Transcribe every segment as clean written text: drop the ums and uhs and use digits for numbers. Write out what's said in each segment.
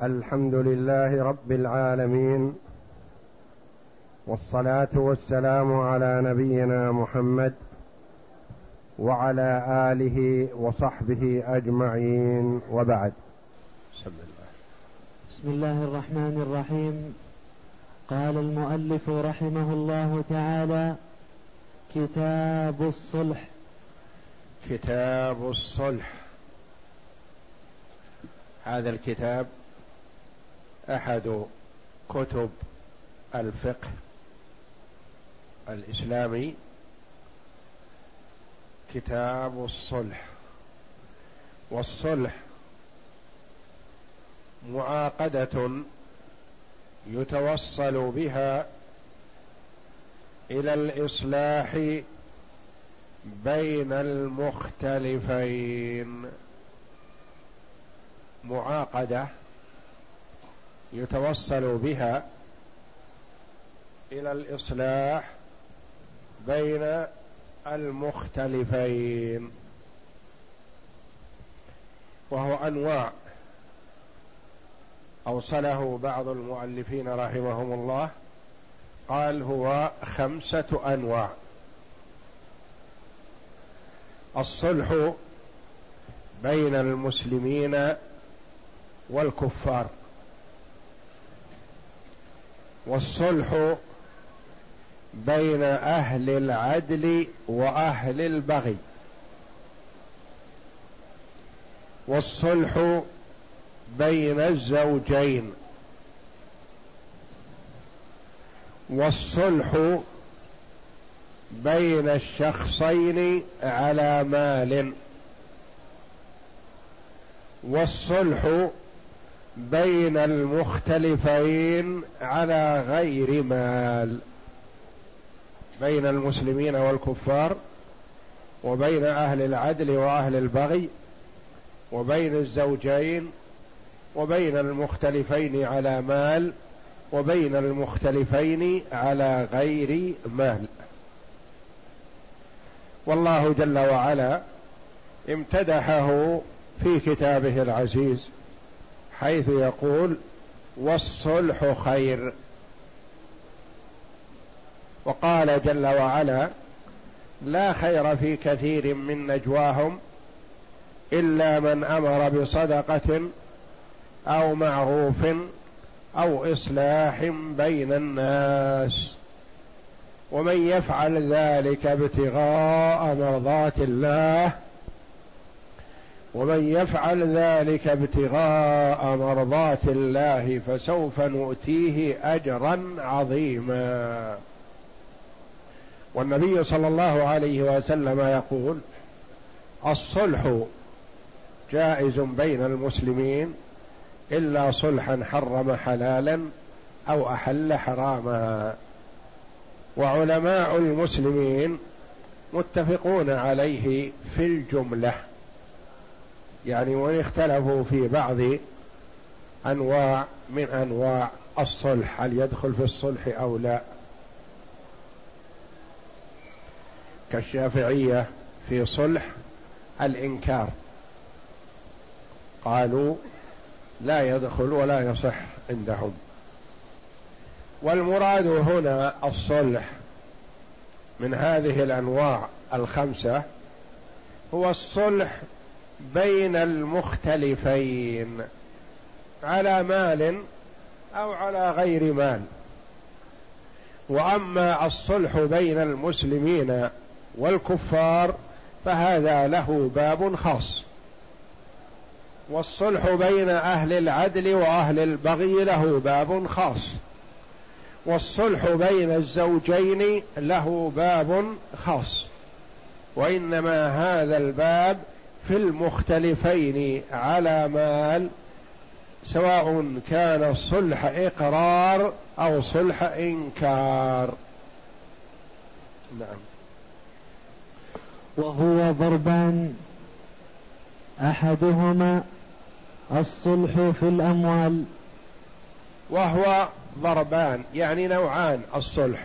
الحمد لله رب العالمين، والصلاة والسلام على نبينا محمد وعلى آله وصحبه أجمعين، وبعد. بسم الله الرحمن الرحيم. قال المؤلف رحمه الله تعالى: كتاب الصلح. كتاب الصلح، هذا الكتاب أحد كتب الفقه الإسلامي، كتاب الصلح. والصلح معاقدة يتوصل بها إلى الإصلاح بين المختلفين. معاقدة يتوصل بها إلى الإصلاح بين المختلفين، وهو أنواع أوصله بعض المؤلفين رحمهم الله، قال هو 5 أنواع. الصلح بين المسلمين والكفار، والصلح بين أهل العدل وأهل البغي، والصلح بين الزوجين، والصلح بين الشخصين على مال، والصلح بين المختلفين على غير مال، بين المسلمين والكفار، وبين أهل العدل وأهل البغي، وبين الزوجين، وبين المختلفين على مال، وبين المختلفين على غير مال. والله جل وعلا امتدحه في كتابه العزيز، حيث يقول: والصلح خير. وقال جل وعلا: لا خير في كثير من نجواهم إلا من أمر بصدقة أو معروف أو إصلاح بين الناس، ومن يفعل ذلك ابتغاء مرضات الله فسوف نؤتيه أجرا عظيما. والنبي صلى الله عليه وسلم يقول: الصلح جائز بين المسلمين إلا صلحا حرم حلالا أو أحل حراما. وعلماء المسلمين متفقون عليه في الجملة، يعني وإن اختلفوا في بعض أنواع من أنواع الصلح، هل يدخل في الصلح أو لا، كالشافعية في صلح الإنكار، قالوا لا يدخل ولا يصح عندهم. والمراد هنا الصلح من هذه الأنواع 5 هو الصلح بين المختلفين على مال أو على غير مال. وأما الصلح بين المسلمين والكفار فهذا له باب خاص، والصلح بين أهل العدل وأهل البغي له باب خاص، والصلح بين الزوجين له باب خاص. وإنما هذا الباب في المختلفين على مال، سواء كان صلح إقرار أو صلح إنكار. نعم. وهو ضربان: أحدهما الصلح في الأموال. وهو ضربان يعني نوعان الصلح: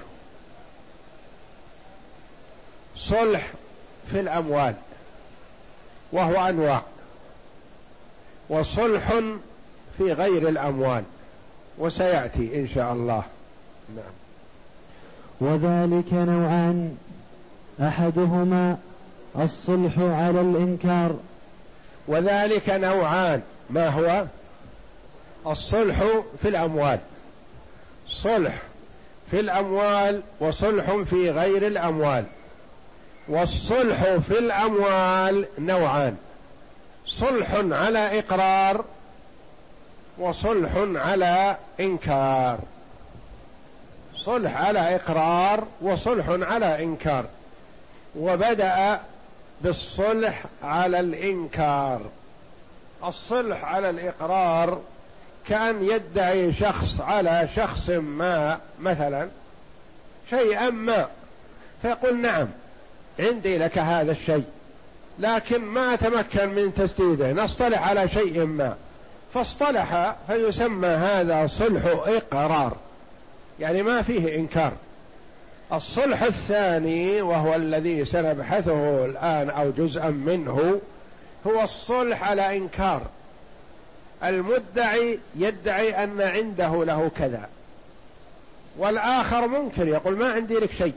صلح في الأموال وهو أنواع، وصلح في غير الأموال، وسيأتي إن شاء الله. نعم. وذلك نوعان: أحدهما الصلح على الإنكار. وذلك نوعان، ما هو؟ الصلح في الأموال، صلح في الأموال وصلح في غير الأموال. والصلح في الأموال نوعان: صلح على إقرار وصلح على إنكار. صلح على إقرار وصلح على إنكار. وبدأ بالصلح على الإنكار. الصلح على الإقرار كأن يدعي شخص على شخص ما مثلا شيئا ما، فيقول: نعم عندي لك هذا الشيء، لكن ما أتمكن من تسديده، نصطلح على شيء ما، فاصطلح، فيسمى هذا صلح إقرار، يعني ما فيه إنكار. الصلح الثاني وهو الذي سنبحثه الآن أو جزءا منه هو الصلح على إنكار. المدعي يدعي أن عنده له كذا، والآخر منكر يقول: ما عندي لك شيء.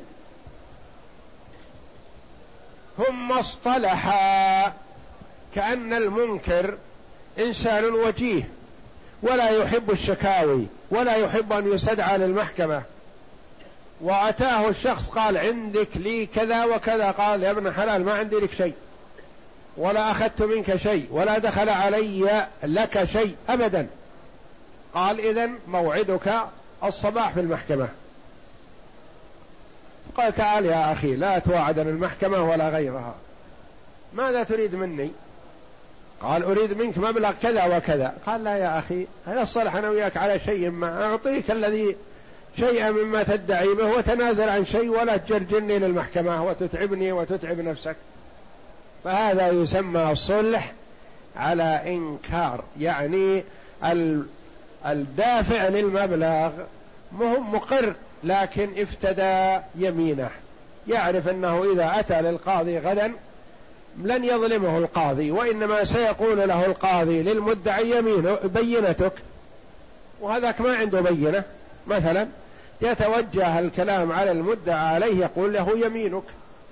ثم اصطلحا، كأن المنكر إنسان وجيه ولا يحب الشكاوي ولا يحب أن يستدعى للمحكمة، وأتاه الشخص قال: عندك لي كذا وكذا، قال: يا ابن حلال ما عندي لك شيء، ولا أخذت منك شيء، ولا دخل علي لك شيء أبدا. قال: إذن موعدك الصباح في المحكمة. قال: تعال يا أخي، لا تواعدني المحكمة ولا غيرها. ماذا تريد مني؟ قال: أريد منك مبلغ كذا وكذا. قال: لا يا أخي، هذا الصلح أنا وياك على شيء ما، أعطيك الذي شيئا مما تدعي به وتنازل عن شيء، ولا تجرجني للمحكمة وتتعبني وتتعب نفسك. فهذا يسمى الصلح على إنكار، يعني الدافع للمبلغ مهم مقر، لكن افتدى يمينه، يعرف أنه إذا أتى للقاضي غدا لن يظلمه القاضي، وإنما سيقول له القاضي للمدعي: بينتك، وهذاك ما عنده بينة مثلا، يتوجه الكلام على المدعى عليه، يقول له: يمينك.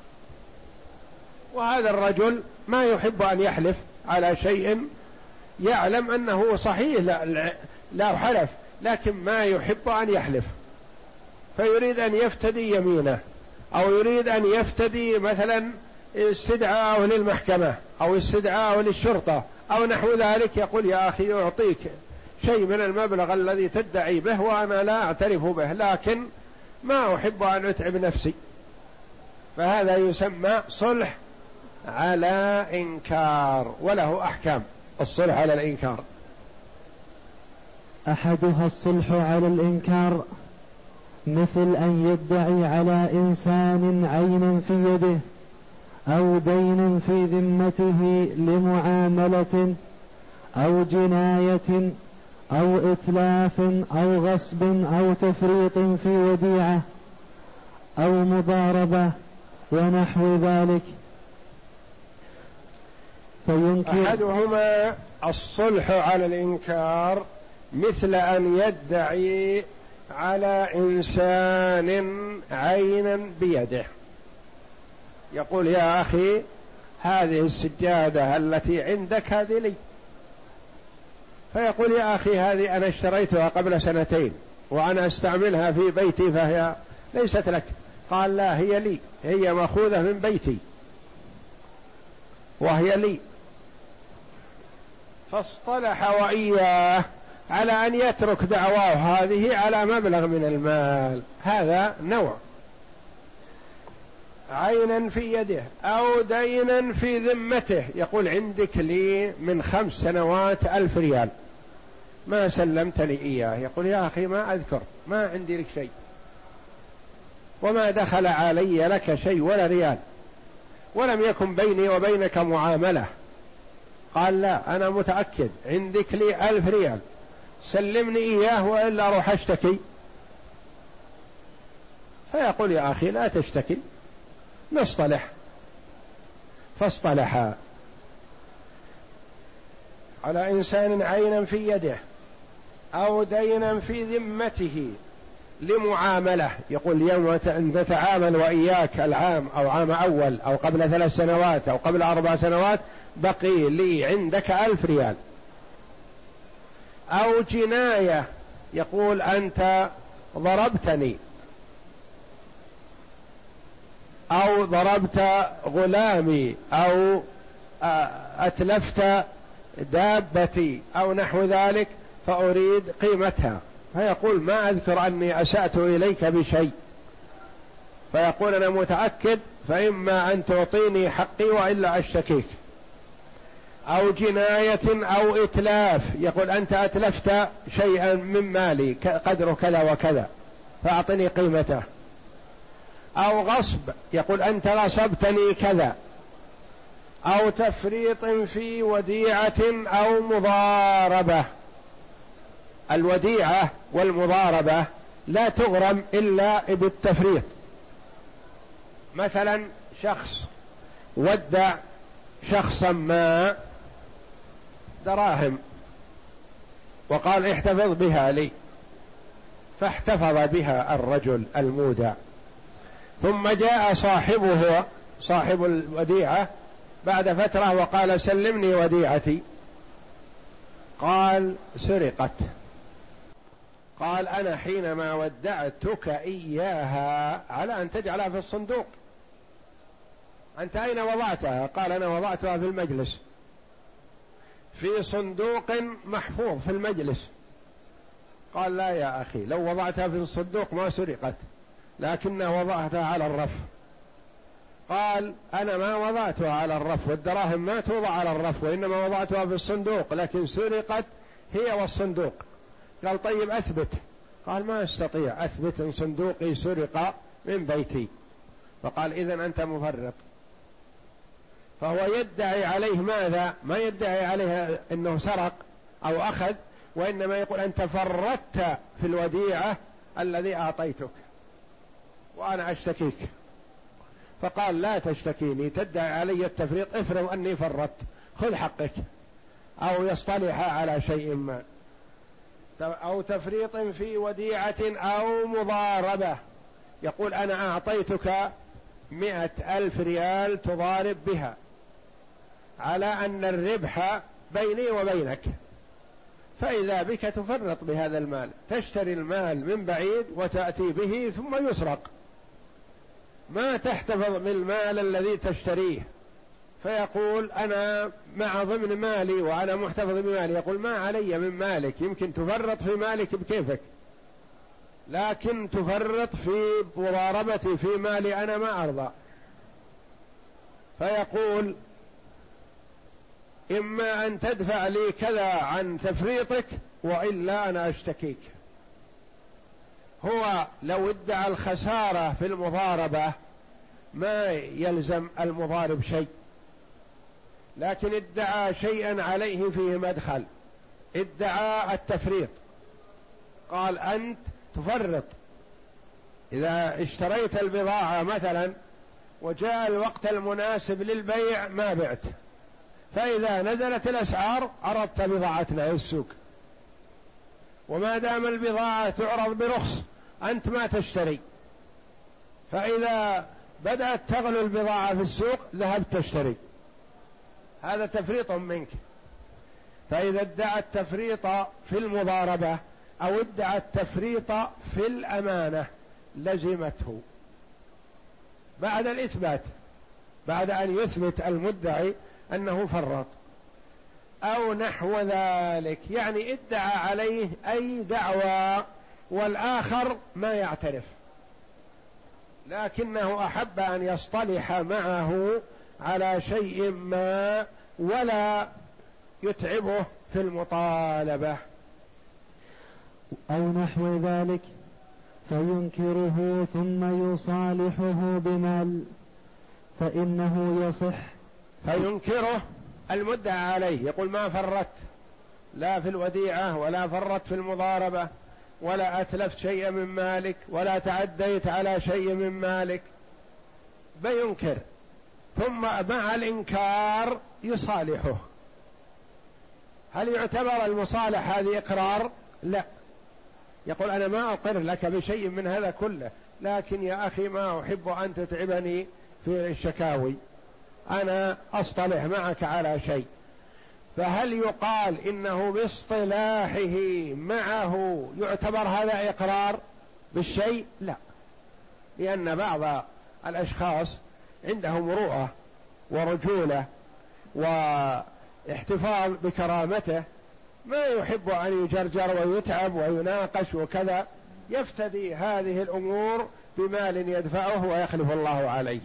وهذا الرجل ما يحب أن يحلف على شيء يعلم أنه صحيح، لا حلف، لكن ما يحب أن يحلف، فيريد أن يفتدي يمينه، أو يريد أن يفتدي مثلا استدعاءه للمحكمة أو استدعاءه للشرطة أو نحو ذلك. يقول: يا أخي، أعطيك شيء من المبلغ الذي تدعي به وأنا لا أعترف به، لكن ما أحب أن أتعب نفسي. فهذا يسمى صلح على إنكار، وله أحكام الصلح على الإنكار. أحدها الصلح على الإنكار، مثل أن يدعي على إنسان عينا في يده أو دين في ذمته لمعاملة أو جناية أو إتلاف أو غصب أو تفريط في وديعة أو مضاربة ونحو ذلك، فينكر. أحدهما الصلح على الإنكار، مثل أن يدعي على إنسان عينا بيده، يقول: يا أخي، هذه السجادة التي عندك هذه لي. فيقول: يا أخي، هذه أنا اشتريتها قبل 2 وأنا أستعملها في بيتي فهي ليست لك. قال: لا، هي لي، هي مأخوذة من بيتي وهي لي. فاصطلح وإياه على أن يترك دعواه هذه على مبلغ من المال. هذا نوع. عينا في يده أو دينا في ذمته، يقول: عندك لي من 5 سنوات 1000 ريال ما سلمتني إياه. يقول: يا أخي، ما أذكر، ما عندي لك شيء، وما دخل علي لك شيء ولا ريال، ولم يكن بيني وبينك معاملة. قال: لا، أنا متأكد، عندك لي 1000 ريال، سلمني إياه وإلا أروح أشتكي. فيقول: يا أخي، لا تشتكي، نصطلح. فاصطلحا على إنسان عينا في يده أو دينا في ذمته لمعاملة، يقول يوم نتعامل وإياك العام أو عام أول أو قبل 3 سنوات أو قبل 4 سنوات بقي لي عندك 1000 ريال. أو جناية، يقول أنت ضربتني أو ضربت غلامي أو أتلفت دابتي أو نحو ذلك فأريد قيمتها، فيقول ما أذكر أني أسأت إليك بشيء، فيقول أنا متأكد، فإما أن تعطيني حقي وإلا أشتكيك. أو جناية أو إتلاف، يقول أنت أتلفت شيئا من مالي قدره كذا وكذا فأعطني قيمته. أو غصب، يقول أنت غصبتني كذا. أو تفريط في وديعة أو مضاربة. الوديعة والمضاربة لا تغرم إلا بالتفريط. مثلا شخص ودع شخصا ما دراهم وقال احتفظ بها لي، فاحتفظ بها الرجل المودع، ثم جاء صاحبه صاحب الوديعة بعد فترة وقال سلمني وديعتي، قال سرقت. قال أنا حينما ودعتك إياها على أن تجعلها في الصندوق، أنت أين وضعتها؟ قال أنا وضعتها في المجلس، في صندوق محفوظ في المجلس. قال لا يا أخي، لو وضعتها في الصندوق ما سرقت، لكن وضعتها على الرف. قال أنا ما وضعتها على الرف، والدراهم ما توضع على الرف، وإنما وضعتها في الصندوق، لكن سرقت هي والصندوق. قال طيب أثبت. قال ما أستطيع أثبت إن صندوقي سرق من بيتي. فقال إذن أنت مفرط. فهو يدعي عليه ماذا؟ ما يدعي عليه أنه سرق أو أخذ، وإنما يقول أنت فرطت في الوديعة الذي أعطيتك وأنا أشتكيك. فقال لا تشتكيني، تدعي علي التفريط، افرض أني فرطت، خذ حقك. أو يصطلح على شيء ما. أو تفريط في وديعة أو مضاربة، يقول أنا أعطيتك 100,000 ريال تضارب بها على أن الربح بيني وبينك، فإذا بك تفرط بهذا المال، تشتري المال من بعيد وتأتي به ثم يسرق، ما تحتفظ بالمال الذي تشتريه. فيقول أنا مع ضمن مالي وأنا محتفظ بمالي، يقول ما علي من مالك، يمكن تفرط في مالك بكيفك، لكن تفرط في مضاربتي في مالي أنا ما أرضى. فيقول إما أن تدفع لي كذا عن تفريطك وإلا أنا أشتكيك. هو لو ادعى الخسارة في المضاربة ما يلزم المضارب شيء، لكن ادعى شيئا عليه فيه مدخل، ادعى التفريط، قال أنت تفرط، إذا اشتريت البضاعة مثلا وجاء الوقت المناسب للبيع ما بعت، فإذا نزلت الأسعار عرضت بضاعتنا في السوق، وما دام البضاعة تعرض برخص أنت ما تشتري، فإذا بدأت تغلو البضاعة في السوق ذهبت تشتري، هذا تفريط منك. فإذا ادعى التفريط في المضاربة أو ادعى التفريط في الأمانة لزمته بعد الإثبات، بعد أن يثبت المدعي أنه فرط أو نحو ذلك، يعني ادعى عليه أي دعوى والآخر ما يعترف، لكنه أحب أن يصطلح معه على شيء ما ولا يتعبه في المطالبة أو نحو ذلك، فينكره ثم يصالحه بمال فإنه يصح. فينكره المدعى عليه، يقول ما فرطت لا في الوديعة ولا فرطت في المضاربة ولا أتلفت شيئا من مالك ولا تعديت على شيء من مالك، بينكر، ثم مع الإنكار يصالحه. هل يعتبر المصالح هذه إقرار؟ لا، يقول أنا ما أقر لك بشيء من هذا كله، لكن يا أخي ما أحب أن تتعبني في الشكاوي، أنا أصطلح معك على شيء. فهل يقال إنه باصطلاحه معه يعتبر هذا إقرار بالشيء؟ لا، لأن بعض الأشخاص عندهم مروءة ورجولة واحتفاظ بكرامته، ما يحب أن يجرجر ويتعب ويناقش وكذا، يفتدي هذه الأمور بمال يدفعه ويخلف الله عليه.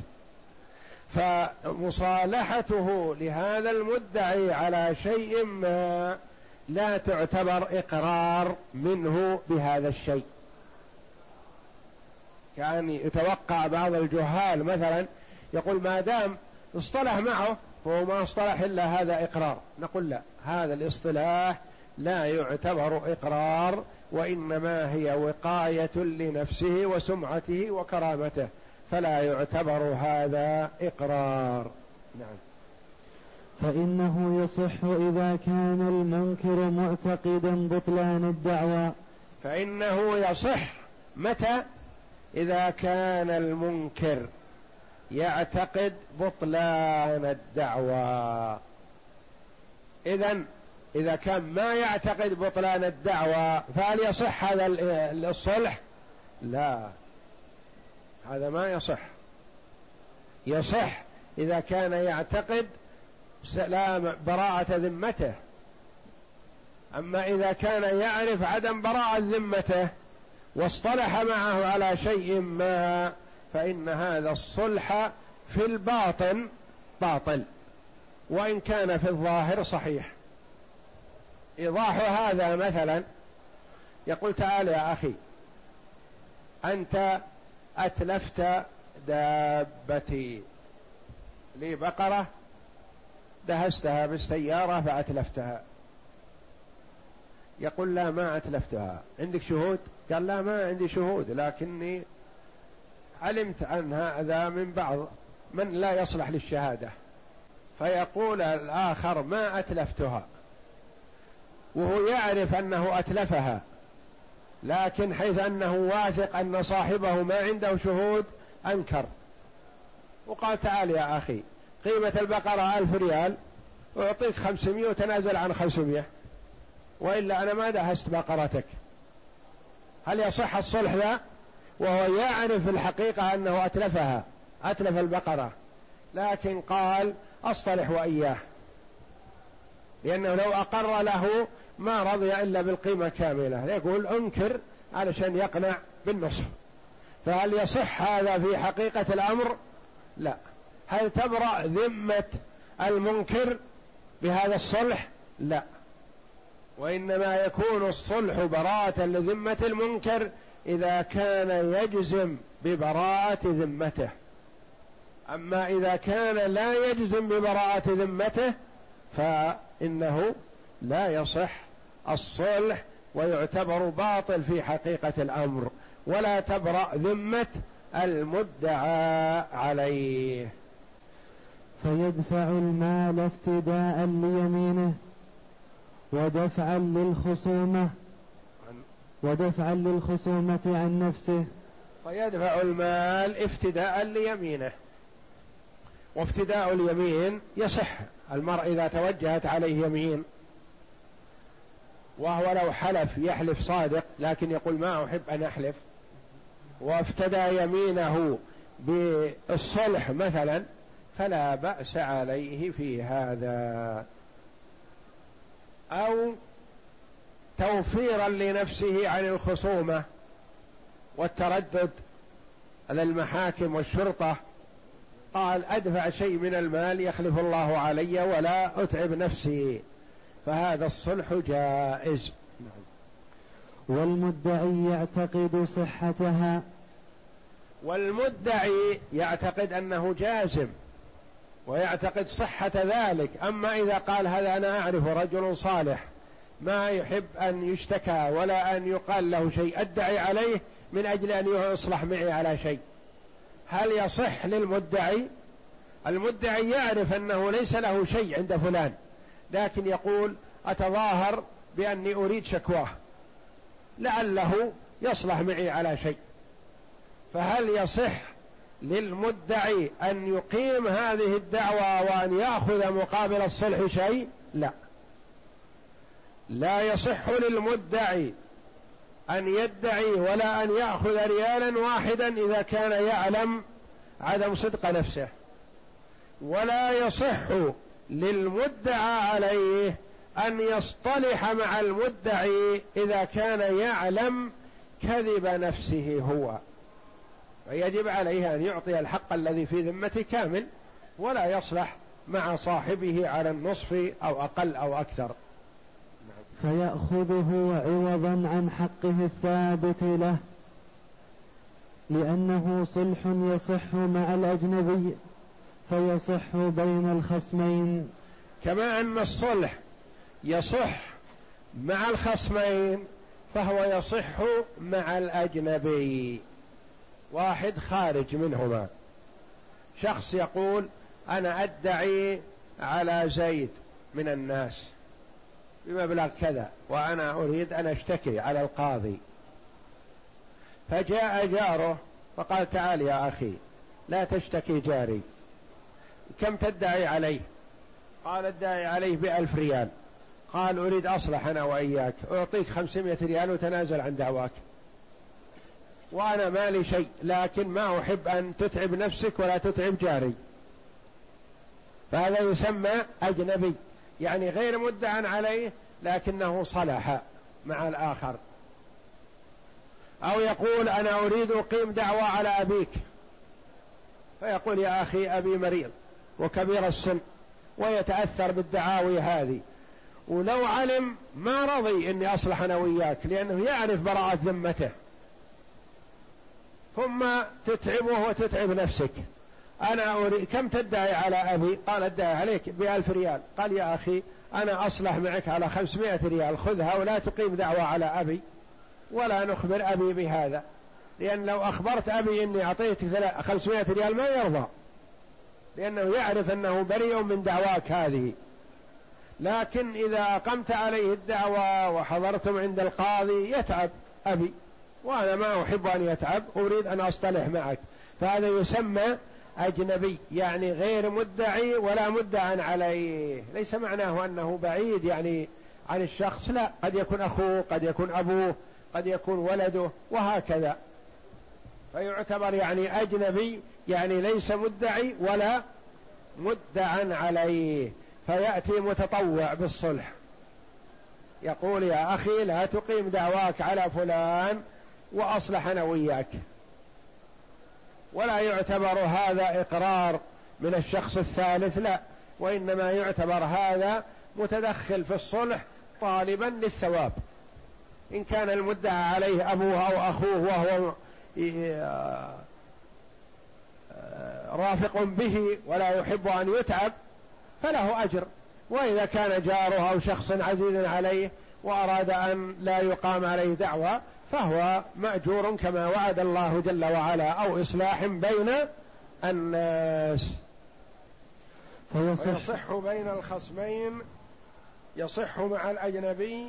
فمصالحته لهذا المدعي على شيء ما لا تعتبر إقرار منه بهذا الشيء. كان يتوقع بعض الجهال مثلا يقول ما دام اصطلح معه فهو ما اصطلح إلا هذا إقرار، نقول لا، هذا الاصطلاح لا يعتبر إقرار، وإنما هي وقاية لنفسه وسمعته وكرامته، فلا يعتبر هذا إقرار. نعم. فإنه يصح إذا كان المنكر معتقدا بطلان الدعوى. فإنه يصح متى؟ إذا كان المنكر يعتقد بطلان الدعوى. إذن إذا كان ما يعتقد بطلان الدعوى فهل يصح هذا الصلح؟ لا، هذا ما يصح. يصح إذا كان يعتقد سلام براءة ذمته، أما إذا كان يعرف عدم براءة ذمته واصطلح معه على شيء ما فإن هذا الصلح في الباطن باطل، وإن كان في الظاهر صحيح. إيضاح هذا مثلا يقول تعال يا أخي أنت أتلفت دابتي، لي بقرة دهستها بالسيارة فأتلفتها. يقول لا ما أتلفتها، عندك شهود؟ قال لا ما عندي شهود، لكني علمت عن هذا من بعض من لا يصلح للشهادة. فيقول الآخر ما أتلفتها، وهو يعرف أنه أتلفها، لكن حيث أنه واثق أن صاحبه ما عنده شهود أنكر، وقال تعال يا أخي قيمة البقرة 1000 ريال، أعطيك 500 وتنازل عن 500، وإلا أنا ما دهست بقرتك. هل يصح الصلح ذا وهو يعرف الحقيقة أنه أتلفها، أتلف البقرة، لكن قال أصطلح وإياه، لأنه لو أقر له ما رضي إلا بالقيمة كاملة، يقول أنكر علشان يقنع بالنصف. فهل يصح هذا في حقيقة الأمر؟ لا. هل تبرأ ذمة المنكر بهذا الصلح؟ لا، وإنما يكون الصلح براءة لذمة المنكر إذا كان يجزم ببراءة ذمته. أما إذا كان لا يجزم ببراءة ذمته فإنه لا يصح الصلح ويعتبر باطل في حقيقة الأمر، ولا تبرأ ذمة المدعى عليه. فيدفع المال افتداء ليمينه ودفعا للخصومة عن نفسه. فيدفع المال افتداء ليمينه، وافتداء اليمين يصح. المرء إذا توجهت عليه يمين وهو لو حلف يحلف صادق لكن يقول ما أحب أن أحلف، وافتدى يمينه بالصلح مثلا، فلا بأس عليه في هذا. أو توفيرا لنفسه عن الخصومة والتردد على المحاكم والشرطة، قال أدفع شيء من المال يخلف الله علي ولا أتعب نفسي، فهذا الصلح جائز. والمدعي يعتقد صحتها. والمدعي يعتقد أنه جازم ويعتقد صحة ذلك. أما إذا قال هذا أنا أعرف رجل صالح ما يحب أن يشتكى ولا أن يقال له شيء، أدعي عليه من أجل أن يصلح معي على شيء، هل يصح للمدعي؟ المدعي يعرف أنه ليس له شيء عند فلان، لكن يقول أتظاهر بأني أريد شكواه لعله يصلح معي على شيء. فهل يصح للمدعي أن يقيم هذه الدعوى وأن يأخذ مقابل الصلح شيء؟ لا، لا يصح للمدعي أن يدعي ولا أن يأخذ ريالا واحدا إذا كان يعلم عدم صدق نفسه، ولا يصح للمدعى عليه أن يصطلح مع المدعي إذا كان يعلم كذب نفسه هو، فيجب عليه أن يعطي الحق الذي في ذمته كامل، ولا يصلح مع صاحبه على النصف أو أقل أو أكثر. فيأخذه عوضا عن حقه الثابت له، لأنه صلح يصح مع الأجنبي فيصح بين الخصمين. كما أن الصلح يصح مع الخصمين فهو يصح مع الأجنبي. واحد خارج منهما، شخص يقول أنا أدعي على زيد من الناس بمبلغ كذا وأنا أريد أن أشتكي على القاضي، فجاء جاره فقال تعال يا أخي لا تشتكي جاري، كم تدعي عليه؟ قال ادعي عليه ب1000 ريال. قال أريد أصلح أنا وإياك، أعطيك 500 ريال وتنازل عن دعواك، وأنا ما لي شيء، لكن ما أحب أن تتعب نفسك ولا تتعب جاري. فهذا يسمى أجنبي، يعني غير مدعى عليه لكنه صلح مع الآخر. أو يقول أنا أريد أقيم دعوى على أبيك، فيقول يا أخي أبي مريض وكبير السن ويتأثر بالدعاوي هذه، ولو علم ما رضي إني أصلح أنا وياك، لأنه يعرف براءة ذمته، ثم تتعبه وتتعب نفسك. أنا أريد كم تدعي على أبي؟ قال ادعي عليك ب1000 ريال. قال يا أخي أنا أصلح معك على 500 ريال، خذها ولا تقيم دعوى على أبي ولا نخبر أبي بهذا، لأن لو أخبرت أبي إني أعطيتك 500 ريال ما يرضى، لأنه يعرف أنه بريء من دعواك هذه. لكن إذا أقمت عليه الدعوى وحضرتم عند القاضي يتعب أبي، وأنا ما أحب أن يتعب، أريد أن أصطلح معك، فهذا يسمى أجنبي، يعني غير مدعي ولا مدعى عليه. ليس معناه أنه بعيد يعني عن الشخص، لا، قد يكون أخوه، قد يكون أبوه، قد يكون ولده، وهكذا. فيعتبر يعني أجنبي، يعني ليس مدعي ولا مدعى عليه، فيأتي متطوع بالصلح، يقول يا أخي لا تقيم دعواك على فلان وأصلح أنا وياك، ولا يعتبر هذا إقرار من الشخص الثالث، لا، وإنما يعتبر هذا متدخل في الصلح طالبا للثواب. إن كان المدعى عليه أبوه أو أخوه وهو رافق به ولا يحب أن يتعب فله أجر، وإذا كان جاره أو شخص عزيز عليه وأراد أن لا يقام عليه دعوى فهو مأجور كما وعد الله جل وعلا، أو إصلاح بين الناس. فيصح بين الخصمين، يصح مع الأجنبي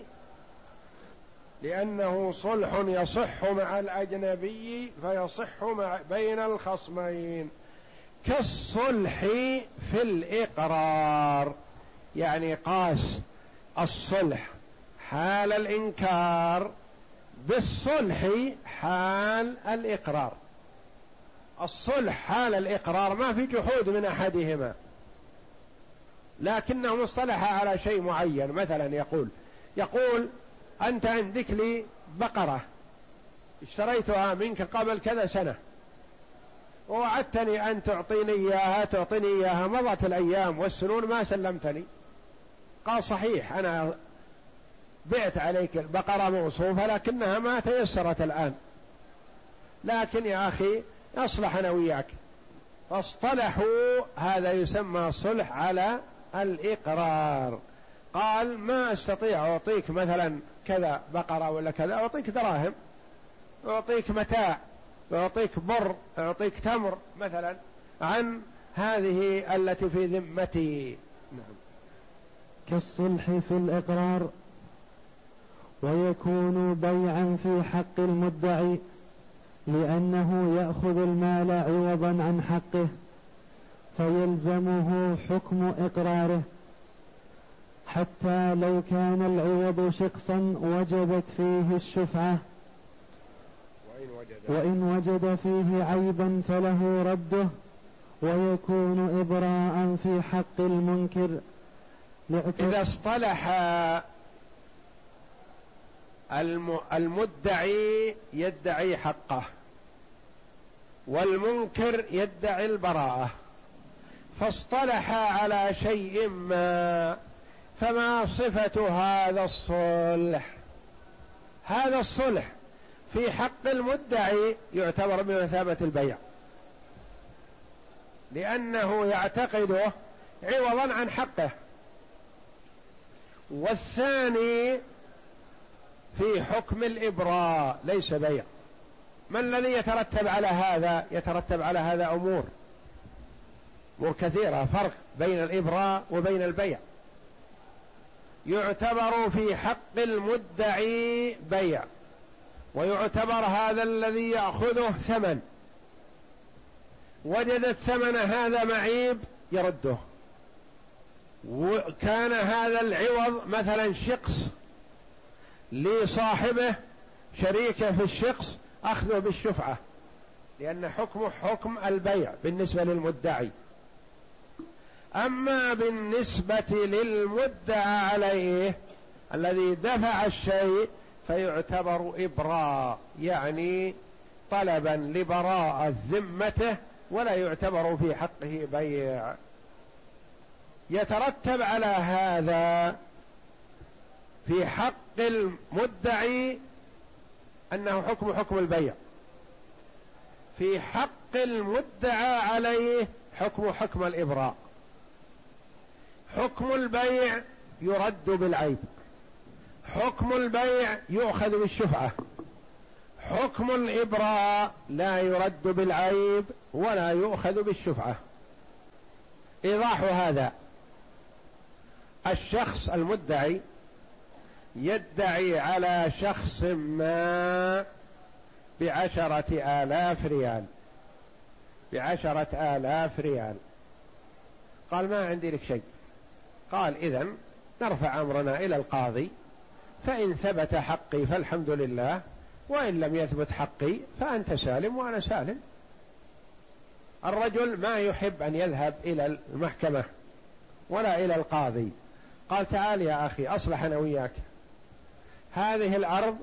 لأنه صلح يصح مع الأجنبي فيصح بين الخصمين، كالصلح في الإقرار، يعني قاس الصلح حال الإنكار بالصلح حال الإقرار. الصلح حال الإقرار ما في جحود من أحدهما، لكنهم اصطلح على شيء معين، مثلا يقول أنت عندك لي بقرة اشتريتها منك قبل كذا سنة ووعدتني أن تعطيني إياها، مضت الأيام والسنون ما سلمتني. قال صحيح أنا بعت عليك البقرة موصوفة لكنها ما تيسرت الآن، لكن يا أخي أصلح أنا وياك، فاصطلحوا، هذا يسمى صلح على الإقرار. قال ما أستطيع أعطيك مثلا كذا بقرة ولا كذا، أعطيك دراهم، أعطيك متاع، أعطيك بر، أعطيك تمر مثلا عن هذه التي في ذمتي. نعم. كالصلح في الإقرار. ويكون بيعا في حق المدعي، لأنه يأخذ المال عوضا عن حقه، فيلزمه حكم إقراره، حتى لو كان العوض شخصا وجبت فيه الشفعة، وإن وجد فيه عيبا فله رده، ويكون إبراء في حق المنكر. إذا اصطلح المدعي يدعي حقه والمنكر يدعي البراءة، فاصطلح على شيء ما، فما صفة هذا الصلح؟ هذا الصلح في حق المدعي يعتبر بمثابة البيع، لأنه يعتقده عوضا عن حقه. والثاني في حكم الإبراء ليس بيع. ما الذي يترتب على هذا؟ يترتب على هذا أمور كثيرة، فرق بين الإبراء وبين البيع. يعتبر في حق المدعي بيع، ويعتبر هذا الذي يأخذه ثمن، وجد الثمن هذا معيب يرده، وكان هذا العوض مثلا شقص لصاحبه شريكه في الشقص أخذه بالشفعة، لأن حكمه حكم البيع بالنسبة للمدعي. أما بالنسبة للمدعى عليه الذي دفع الشيء فيعتبر إبراء، يعني طلبا لبراءة ذمته، ولا يعتبر في حقه بيع. يترتب على هذا في حق المدعي أنه حكم البيع، في حق المدعى عليه حكم الإبراء. حكم البيع يرد بالعيب، حكم البيع يؤخذ بالشفعة، حكم الإبراء لا يرد بالعيب ولا يؤخذ بالشفعة. إيضاح هذا: الشخص المدعي يدعي على شخص ما ب10,000 ريال، ب10,000 ريال. قال: ما عندي لك شيء. قال: إذن نرفع أمرنا إلى القاضي، فإن ثبت حقي فالحمد لله، وإن لم يثبت حقي فأنت سالم وأنا سالم. الرجل ما يحب أن يذهب إلى المحكمة ولا إلى القاضي. قال: تعال يا أخي أصلح أنا وياك، هذه الأرض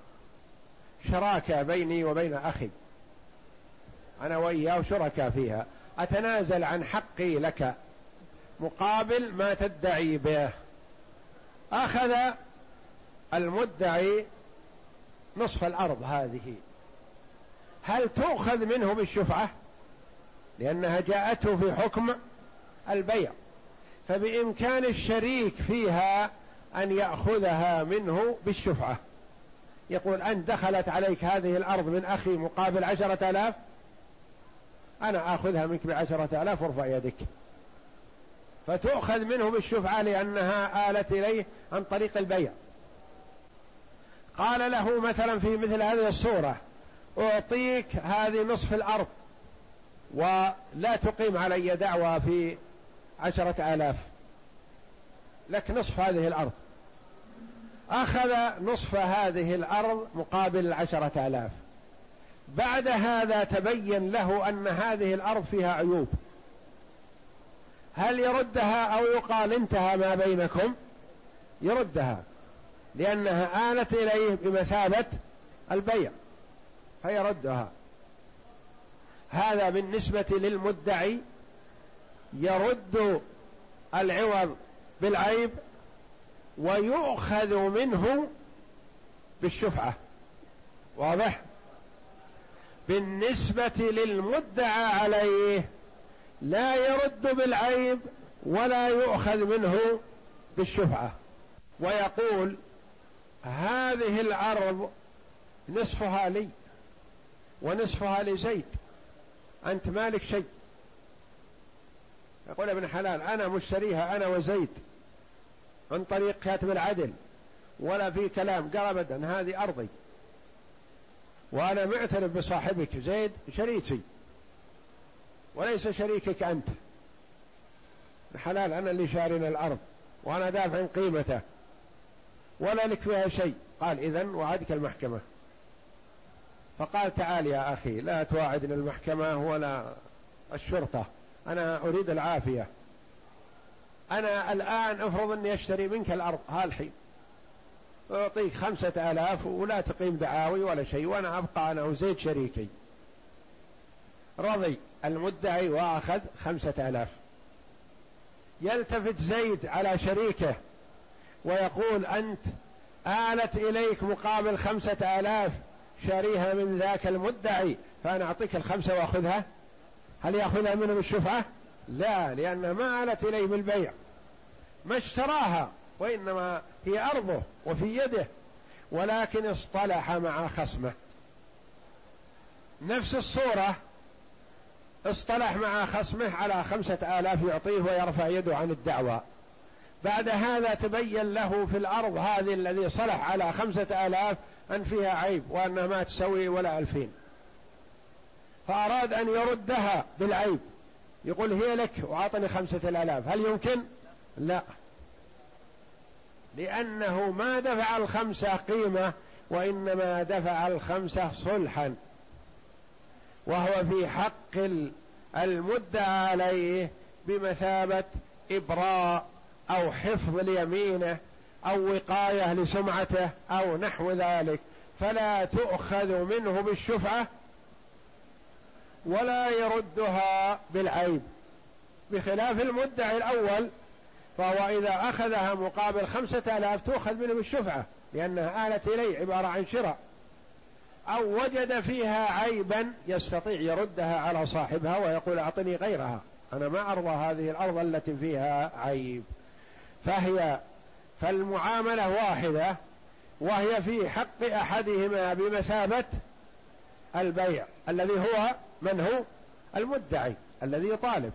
شراكة بيني وبين أخي، أنا وإياه شركاء فيها، أتنازل عن حقي لك مقابل ما تدعي به. أخذ المدعي نصف الأرض هذه، هل تؤخذ منه بالشفعة؟ لأنها جاءته في حكم البيع، فبإمكان الشريك فيها أن يأخذها منه بالشفعة. يقول: أن دخلت عليك هذه الأرض من أخي مقابل 10,000، أنا آخذها منك ب10,000 وارفع يدك، فتؤخذ منه بالشفعة لأنها آلت إليه عن طريق البيع. قال له مثلا في مثل هذه الصورة: أعطيك هذه نصف الأرض ولا تقيم علي دعوى في 10,000، لك نصف هذه الأرض. أخذ نصف هذه الأرض مقابل 10,000. بعد هذا تبين له أن هذه الأرض فيها عيوب، هل يردها أو يقال انتهى ما بينكم؟ يردها، لأنها آلت إليه بمثابة البيع فيردها. هذا بالنسبة للمدعي يرد العوض بالعيب ويؤخذ منه بالشفعة. واضح؟ بالنسبة للمدعى عليه لا يرد بالعيب ولا يؤخذ منه بالشفعة، ويقول: هذه الأرض نصفها لي ونصفها لزيد، أنت مالك شيء. يقول: ابن حلال أنا مشتريها أنا وزيد عن طريق كاتب العدل، ولا في كلام، قال أبدا هذه أرضي وأنا معترف بصاحبك زيد شريكي وليس شريكك أنت، حلال أنا اللي شارين الأرض وأنا دافع عن قيمته ولا لك فيها شيء. قال إذن وعدك المحكمة. فقال تعال يا أخي لا تواعدني المحكمة ولا الشرطة، أنا أريد العافية، أنا الآن أفرض أني أشتري منك الأرض هالحين أعطيك 5000 ولا تقيم دعاوي ولا شيء وأنا أبقى أنا وزيد شريكي. رضي المدعي وأخذ 5000. يلتفت زيد على شريكه ويقول أنت آلت إليك مقابل 5000 شاريها من ذاك المدعي فأنا أعطيك 5 وأخذها. هل يأخذها منه بالشفعة؟ لا، لأن ما آلت إليه بالبيع، ما اشتراها وإنما هي أرضه وفي يده، ولكن اصطلح مع خصمه. نفس الصورة اصطلح مع خصمه على 5000 يعطيه ويرفع يده عن الدعوى. بعد هذا تبين له في الأرض هذه الذي صلح على 5000 أن فيها عيب وأنها ما تسوي ولا 2000، فأراد أن يردها بالعيب، يقول هي لك وعطني 5000. هل يمكن؟ لا، لأنه ما دفع 5 قيمة وإنما دفع 5 صلحا، وهو في حق المدعى عليه بمثابة إبراء أو حفظ ليمينه أو وقاية لسمعته أو نحو ذلك، فلا تؤخذ منه بالشفعة ولا يردها بالعيب، بخلاف المدعي الأول فهو إذا أخذها مقابل 5000 تؤخذ منه بالشفعة لأنها آلت إليه عبارة عن شراء، أو وجد فيها عيبا يستطيع يردها على صاحبها ويقول أعطني غيرها، أنا ما أرضى هذه الأرض التي فيها عيب. فالمعاملة واحدة، وهي في حق أحدهما بمثابة البيع الذي هو من هو المدعي الذي يطالب،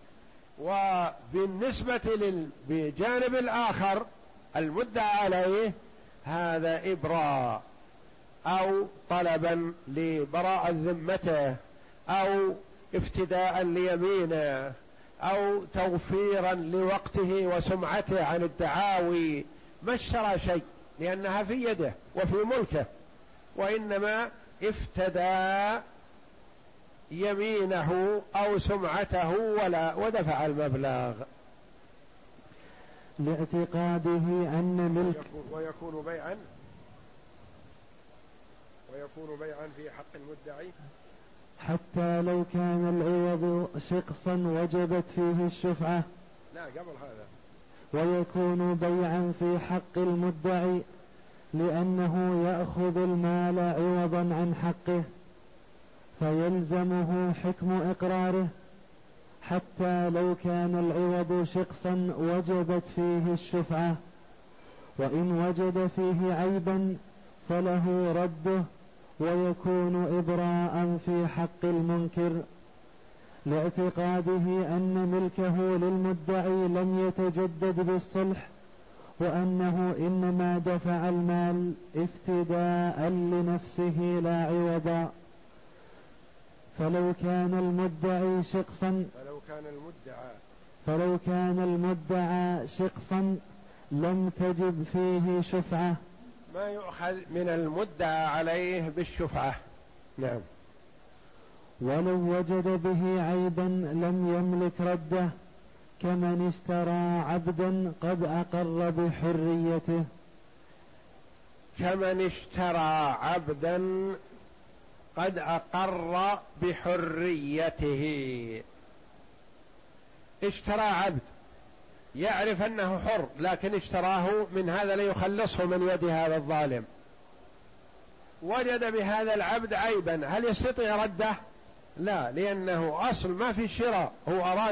وبالنسبة بجانب الآخر المدعى عليه هذا إبراء أو طلبا لبراءة ذمته أو افتداء ليمينه أو توفيرا لوقته وسمعته عن الدعاوي، ما اشترى شيء لأنها في يده وفي ملكه، وإنما افتدى يمينه أو سمعته ودفع المبلغ لاعتقاده أن ملك ويكون بيعا في حق المدعي حتى لو كان العوض شقصا وجبت فيه الشفعة. لا قبل هذا ويكون بيعا في حق المدعي لأنه يأخذ المال عوضا عن حقه فيلزمه حكم إقراره، حتى لو كان العوض شقصا وجبت فيه الشفعة، وإن وجد فيه عيبا فله رده ويكون إبراء في حق المنكر، لاعتقاده أن ملكه للمدعي لم يتجدد بالصلح، وأنه إنما دفع المال افتداء لنفسه لا عوضا. فلو كان المدعى شقصا لم تجب فيه شفعة، ما يؤخذ من المدعى عليه بالشفعة. نعم. ولو وجد به عيبا لم يملك رده، كمن اشترى عبدا قد أقر بحريته. كمن اشترى عبدا قد أقر بحريته، اشترى عبد يعرف أنه حر لكن اشتراه من هذا ليخلصه من يد هذا الظالم، وجد بهذا العبد عيبا، هل يستطيع رده؟ لا، لأنه أصل ما في شراء، هو أراد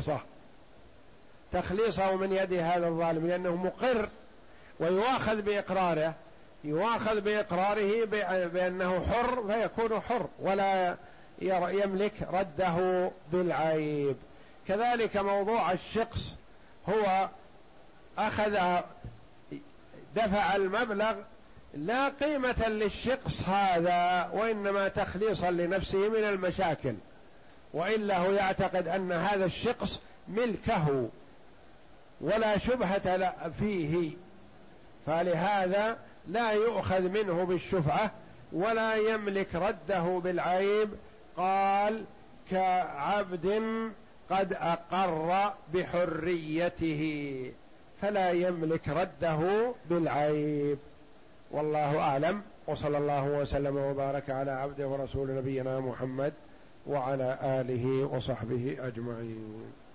تخليصه من يد هذا الظالم، لأنه مقر ويؤاخذ بإقراره، يؤاخذ بإقراره بأنه حر فيكون حر ولا يملك رده بالعيب. كذلك موضوع الشقص، هو أخذ دفع المبلغ لا قيمة للشخص هذا، وإنما تخليصا لنفسه من المشاكل، وإلا هو يعتقد أن هذا الشخص ملكه ولا شبهة فيه، فلهذا لا يؤخذ منه بالشفعة ولا يملك رده بالعيب. قال كعبد قد أقر بحريته، فلا يملك رده بالعيب. والله أعلم، وصلى الله وسلم وبارك على عبده ورسول نبينا محمد وعلى آله وصحبه أجمعين.